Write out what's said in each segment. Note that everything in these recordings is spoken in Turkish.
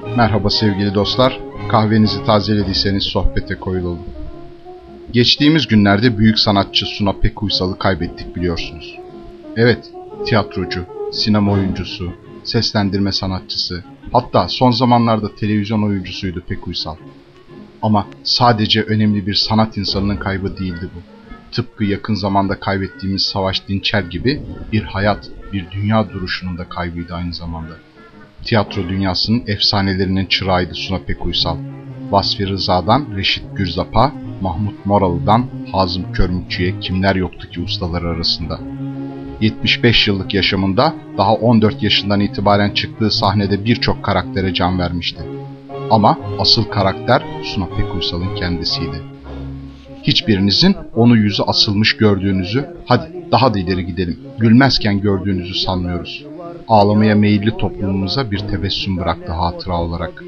Merhaba sevgili dostlar, kahvenizi tazelediyseniz sohbete koyulalım. Geçtiğimiz günlerde büyük sanatçı Suna Pek Uysal'ı kaybettik biliyorsunuz. Evet, tiyatrocu, sinema oyuncusu, seslendirme sanatçısı, hatta son zamanlarda televizyon oyuncusuydu Pek Uysal. Ama sadece önemli bir sanat insanının kaybı değildi bu. Tıpkı yakın zamanda kaybettiğimiz Savaş Dinçer gibi bir hayat, bir dünya duruşunun da kaybıydı aynı zamanda. Tiyatro dünyasının efsanelerinin çırağıydı Suna Pek Uysal. Vasfi Rıza'dan Reşit Gürzap'a, Mahmut Moralı'dan Hazım Körmükçü'ye kimler yoktu ki ustalar arasında. 75 yıllık yaşamında daha 14 yaşından itibaren çıktığı sahnede birçok karaktere can vermişti. Ama asıl karakter Suna Pek Uysal'ın kendisiydi. Hiçbirinizin onu yüzü asılmış gördüğünüzü, hadi daha da ileri gidelim, gülmezken gördüğünüzü sanmıyoruz. Ağlamaya meyilli toplumumuza bir tebessüm bıraktı hatıra olarak.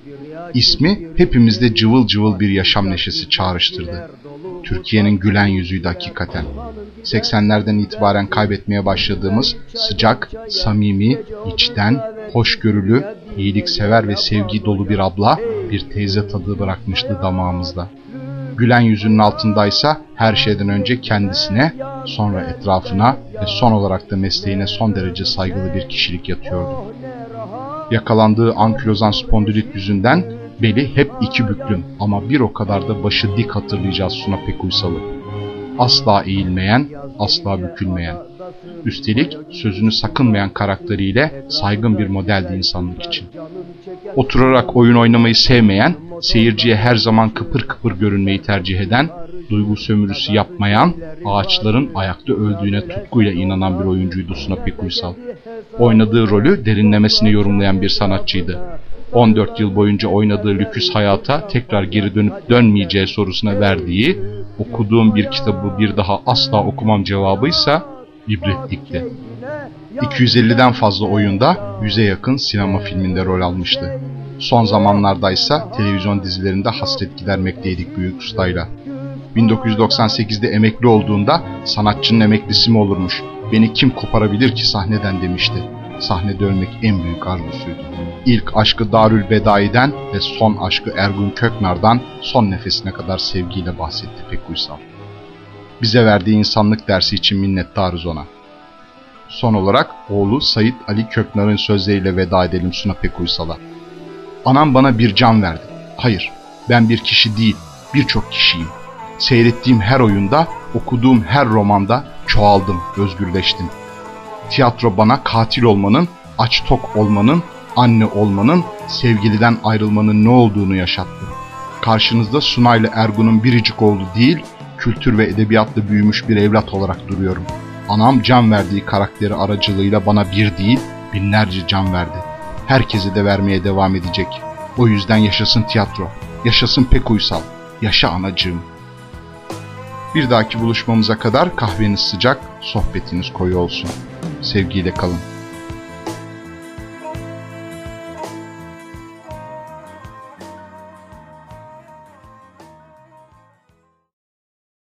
İsmi hepimizde cıvıl cıvıl bir yaşam neşesi çağrıştırdı. Türkiye'nin gülen yüzüydü hakikaten. 80'lerden itibaren kaybetmeye başladığımız sıcak, samimi, içten, hoşgörülü, iyiliksever ve sevgi dolu bir abla, bir teyze tadı bırakmıştı damağımızda. Gülen yüzünün altındaysa her şeyden önce kendisine, sonra etrafına ve son olarak da mesleğine son derece saygılı bir kişilik yatıyordu. Yakalandığı ankilozan spondilit yüzünden beli hep iki büklüm ama bir o kadar da başı dik hatırlayacağız Suna Pek Uysal'ı. Asla eğilmeyen, asla bükülmeyen. Üstelik sözünü sakınmayan karakteriyle saygın bir modeldi insanlık için. Oturarak oyun oynamayı sevmeyen, seyirciye her zaman kıpır kıpır görünmeyi tercih eden, duygu sömürüsü yapmayan, ağaçların ayakta öldüğüne tutkuyla inanan bir oyuncuydu Suna Pek Uysal. Oynadığı rolü derinlemesine yorumlayan bir sanatçıydı. 14 yıl boyunca oynadığı lüküs hayata tekrar geri dönüp dönmeyeceği sorusuna verdiği, okuduğum bir kitabı bir daha asla okumam cevabıysa ibretlikti. 250'den fazla oyunda 100'e yakın sinema filminde rol almıştı. Son zamanlardaysa televizyon dizilerinde hasret gidermekteydik büyük ustayla. 1998'de emekli olduğunda sanatçının emeklisi mi olurmuş, beni kim koparabilir ki sahneden demişti. Sahnede ölmek en büyük arzusuydu. İlk aşkı Darül Bedai'den ve son aşkı Ergun Köknar'dan son nefesine kadar sevgiyle bahsetti Pek Uysal. Bize verdiği insanlık dersi için minnettarız ona. Son olarak oğlu Sait Ali Köknar'ın sözleriyle veda edelim Suna Pek Uysal'a. Anam bana bir can verdi. Hayır, ben bir kişi değil, birçok kişiyim. Seyrettiğim her oyunda, okuduğum her romanda çoğaldım, özgürleştim. Tiyatro bana katil olmanın, aç tok olmanın, anne olmanın, sevgiliden ayrılmanın ne olduğunu yaşattı. Karşınızda Suna ile Ergun'un biricik oğlu değil, kültür ve edebiyatla büyümüş bir evlat olarak duruyorum. Anam can verdiği karakteri aracılığıyla bana bir değil, binlerce can verdi. Herkese de vermeye devam edecek. O yüzden yaşasın tiyatro, yaşasın Pek Uysal, yaşa anacığım. Bir dahaki buluşmamıza kadar kahveniz sıcak, sohbetiniz koyu olsun. Sevgiyle kalın.